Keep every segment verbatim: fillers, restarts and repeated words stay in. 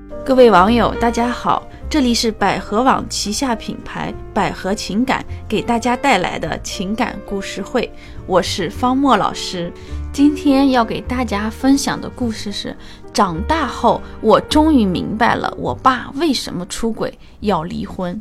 各位网友大家好，这里是百合网旗下品牌百合情感给大家带来的情感故事会，我是方墨老师。今天要给大家分享的故事是，长大后我终于明白了我爸为什么出轨要离婚。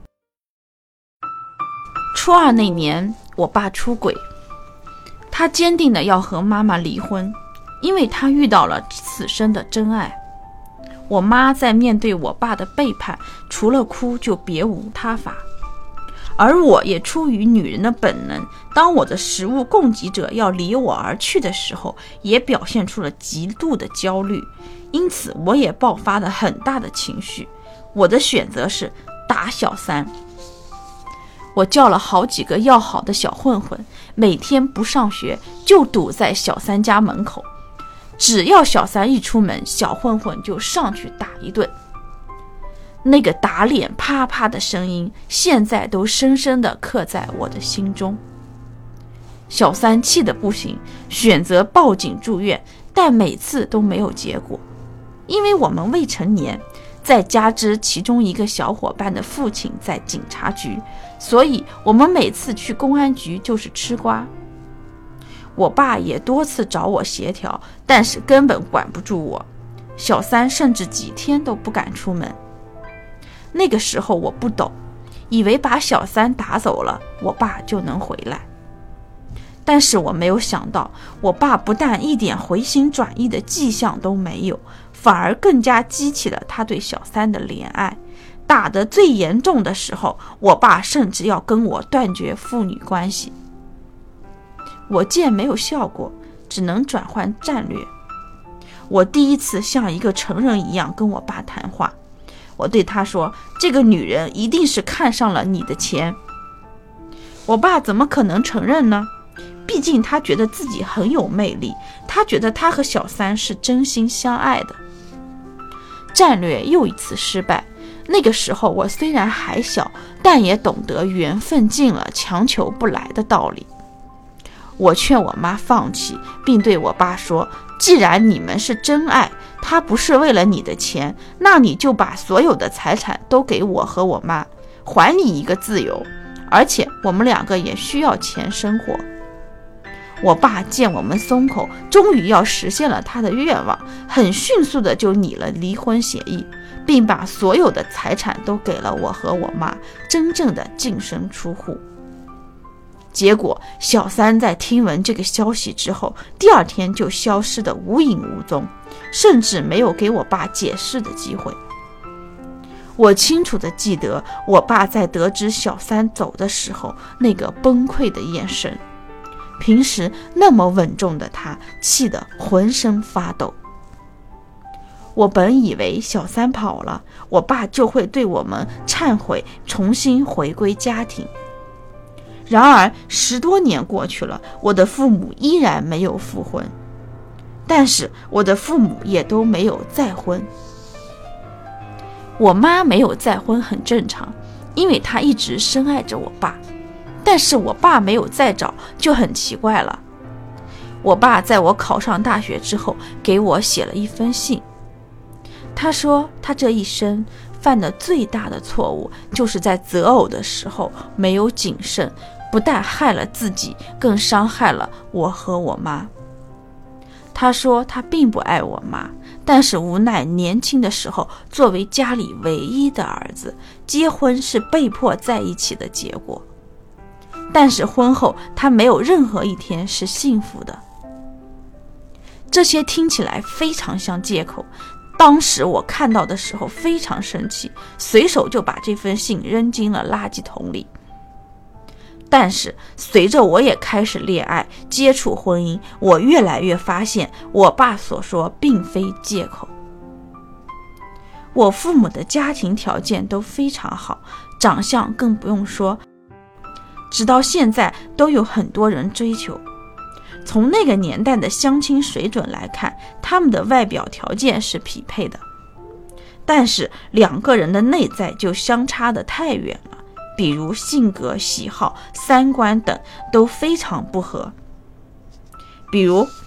初二那年，我爸出轨，他坚定的要和妈妈离婚，因为他遇到了此生的真爱。我妈在面对我爸的背叛，除了哭就别无他法。而我也出于女人的本能，当我的食物供给者要离我而去的时候，也表现出了极度的焦虑，因此我也爆发了很大的情绪。我的选择是打小三。我叫了好几个要好的小混混，每天不上学就堵在小三家门口，只要小三一出门，小混混就上去打一顿。那个打脸啪啪的声音，现在都深深地刻在我的心中。小三气得不行，选择报警住院，但每次都没有结果，因为我们未成年，再加之其中一个小伙伴的父亲在警察局，所以我们每次去公安局就是吃瓜。我爸也多次找我协调，但是根本管不住我，小三甚至几天都不敢出门。那个时候我不懂，以为把小三打走了，我爸就能回来。但是我没有想到，我爸不但一点回心转意的迹象都没有，反而更加激起了他对小三的怜爱。打得最严重的时候，我爸甚至要跟我断绝父女关系。我见没有效果，只能转换战略。我第一次像一个成人一样跟我爸谈话，我对他说，这个女人一定是看上了你的钱。我爸怎么可能承认呢？毕竟他觉得自己很有魅力，他觉得他和小三是真心相爱的。战略又一次失败。那个时候我虽然还小，但也懂得缘分尽了强求不来的道理。我劝我妈放弃，并对我爸说，既然你们是真爱，他不是为了你的钱，那你就把所有的财产都给我和我妈，还你一个自由，而且我们两个也需要钱生活。我爸见我们松口，终于要实现了他的愿望，很迅速的就拟了离婚协议，并把所有的财产都给了我和我妈，真正的净身出户。结果小三在听闻这个消息之后，第二天就消失得无影无踪，甚至没有给我爸解释的机会。我清楚地记得我爸在得知小三走的时候那个崩溃的眼神，平时那么稳重的他气得浑身发抖。我本以为小三跑了，我爸就会对我们忏悔，重新回归家庭。然而十多年过去了，我的父母依然没有复婚，但是我的父母也都没有再婚。我妈没有再婚很正常，因为她一直深爱着我爸，但是我爸没有再找就很奇怪了。我爸在我考上大学之后给我写了一封信，他说他这一生犯的最大的错误就是在择偶的时候没有谨慎，不但害了自己，更伤害了我和我妈。他说他并不爱我妈，但是无奈年轻的时候作为家里唯一的儿子，结婚是被迫在一起的结果。但是婚后他没有任何一天是幸福的。这些听起来非常像借口，当时我看到的时候非常生气，随手就把这封信扔进了垃圾桶里。但是随着我也开始恋爱，接触婚姻，我越来越发现我爸所说并非借口。我父母的家庭条件都非常好，长相更不用说，直到现在都有很多人追求。从那个年代的相亲水准来看，他们的外表条件是匹配的，但是两个人的内在就相差得太远了，比如性格、喜好、三观等都非常不合。比如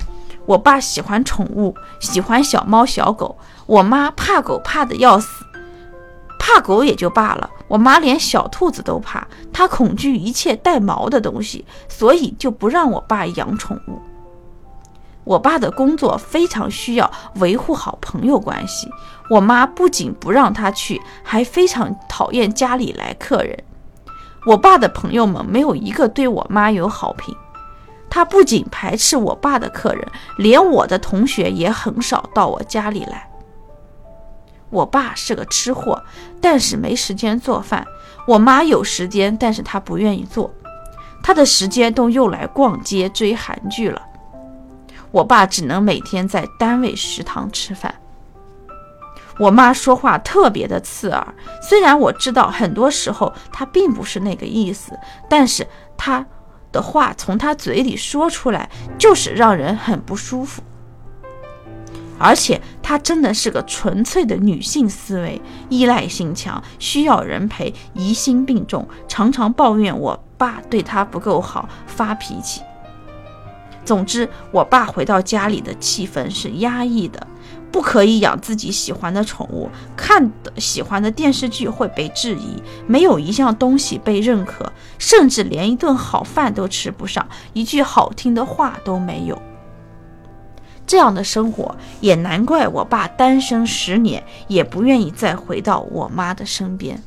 我爸喜欢宠物，喜欢小猫小狗，我妈怕狗怕得要死。怕狗也就罢了，我妈连小兔子都怕，她恐惧一切带毛的东西，所以就不让我爸养宠物。我爸的工作非常需要维护好朋友关系，我妈不仅不让他去，还非常讨厌家里来客人。我爸的朋友们没有一个对我妈有好评，他不仅排斥我爸的客人，连我的同学也很少到我家里来。我爸是个吃货，但是没时间做饭。我妈有时间，但是她不愿意做，她的时间都用来逛街追韩剧了。我爸只能每天在单位食堂吃饭。我妈说话特别的刺耳，虽然我知道很多时候她并不是那个意思，但是她的话从她嘴里说出来就是让人很不舒服。而且她真的是个纯粹的女性思维，依赖性强，需要人陪，疑心病重，常常抱怨我爸对她不够好，发脾气。总之，我爸回到家里的气氛是压抑的，不可以养自己喜欢的宠物，看的喜欢的电视剧会被质疑，没有一项东西被认可，甚至连一顿好饭都吃不上，一句好听的话都没有。这样的生活也难怪我爸单身十年也不愿意再回到我妈的身边。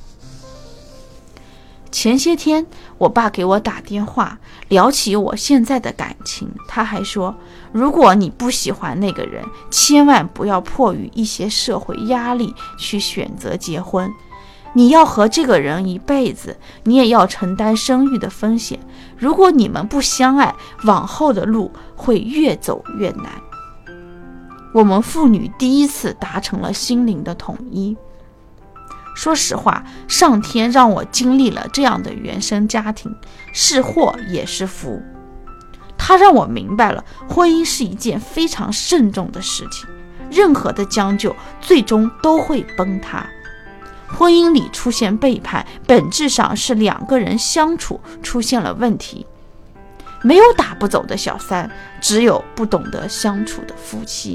前些天我爸给我打电话聊起我现在的感情，他还说，如果你不喜欢那个人，千万不要迫于一些社会压力去选择结婚，你要和这个人一辈子，你也要承担生育的风险，如果你们不相爱，往后的路会越走越难。我们父女第一次达成了心灵的统一。说实话，上天让我经历了这样的原生家庭，是祸也是福。他让我明白了，婚姻是一件非常慎重的事情，任何的将就最终都会崩塌。婚姻里出现背叛，本质上是两个人相处出现了问题。没有打不走的小三，只有不懂得相处的夫妻。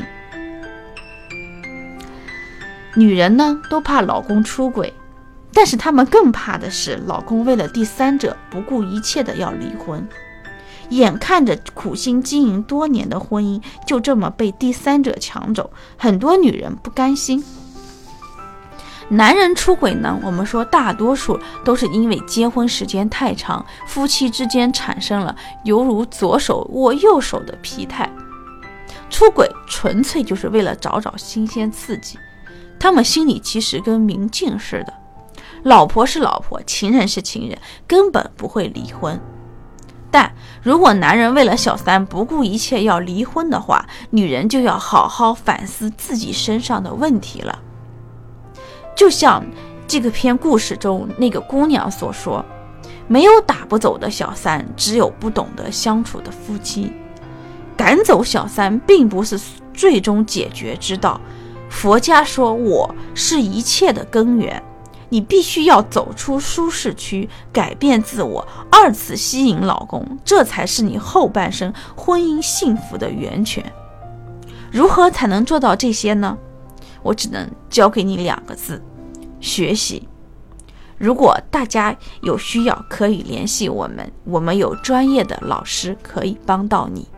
女人呢，都怕老公出轨，但是她们更怕的是老公为了第三者不顾一切的要离婚。眼看着苦心经营多年的婚姻就这么被第三者抢走，很多女人不甘心。男人出轨呢，我们说大多数都是因为结婚时间太长，夫妻之间产生了犹如左手握右手的疲态。出轨纯粹就是为了找找新鲜刺激，他们心里其实跟明镜似的，老婆是老婆，情人是情人，根本不会离婚。但如果男人为了小三不顾一切要离婚的话，女人就要好好反思自己身上的问题了。就像这个篇故事中那个姑娘所说，没有打不走的小三，只有不懂得相处的夫妻。赶走小三并不是最终解决之道，佛家说我是一切的根源，你必须要走出舒适区，改变自我，二次吸引老公，这才是你后半生婚姻幸福的源泉。如何才能做到这些呢？我只能教给你两个字：学习。如果大家有需要，可以联系我们，我们有专业的老师可以帮到你。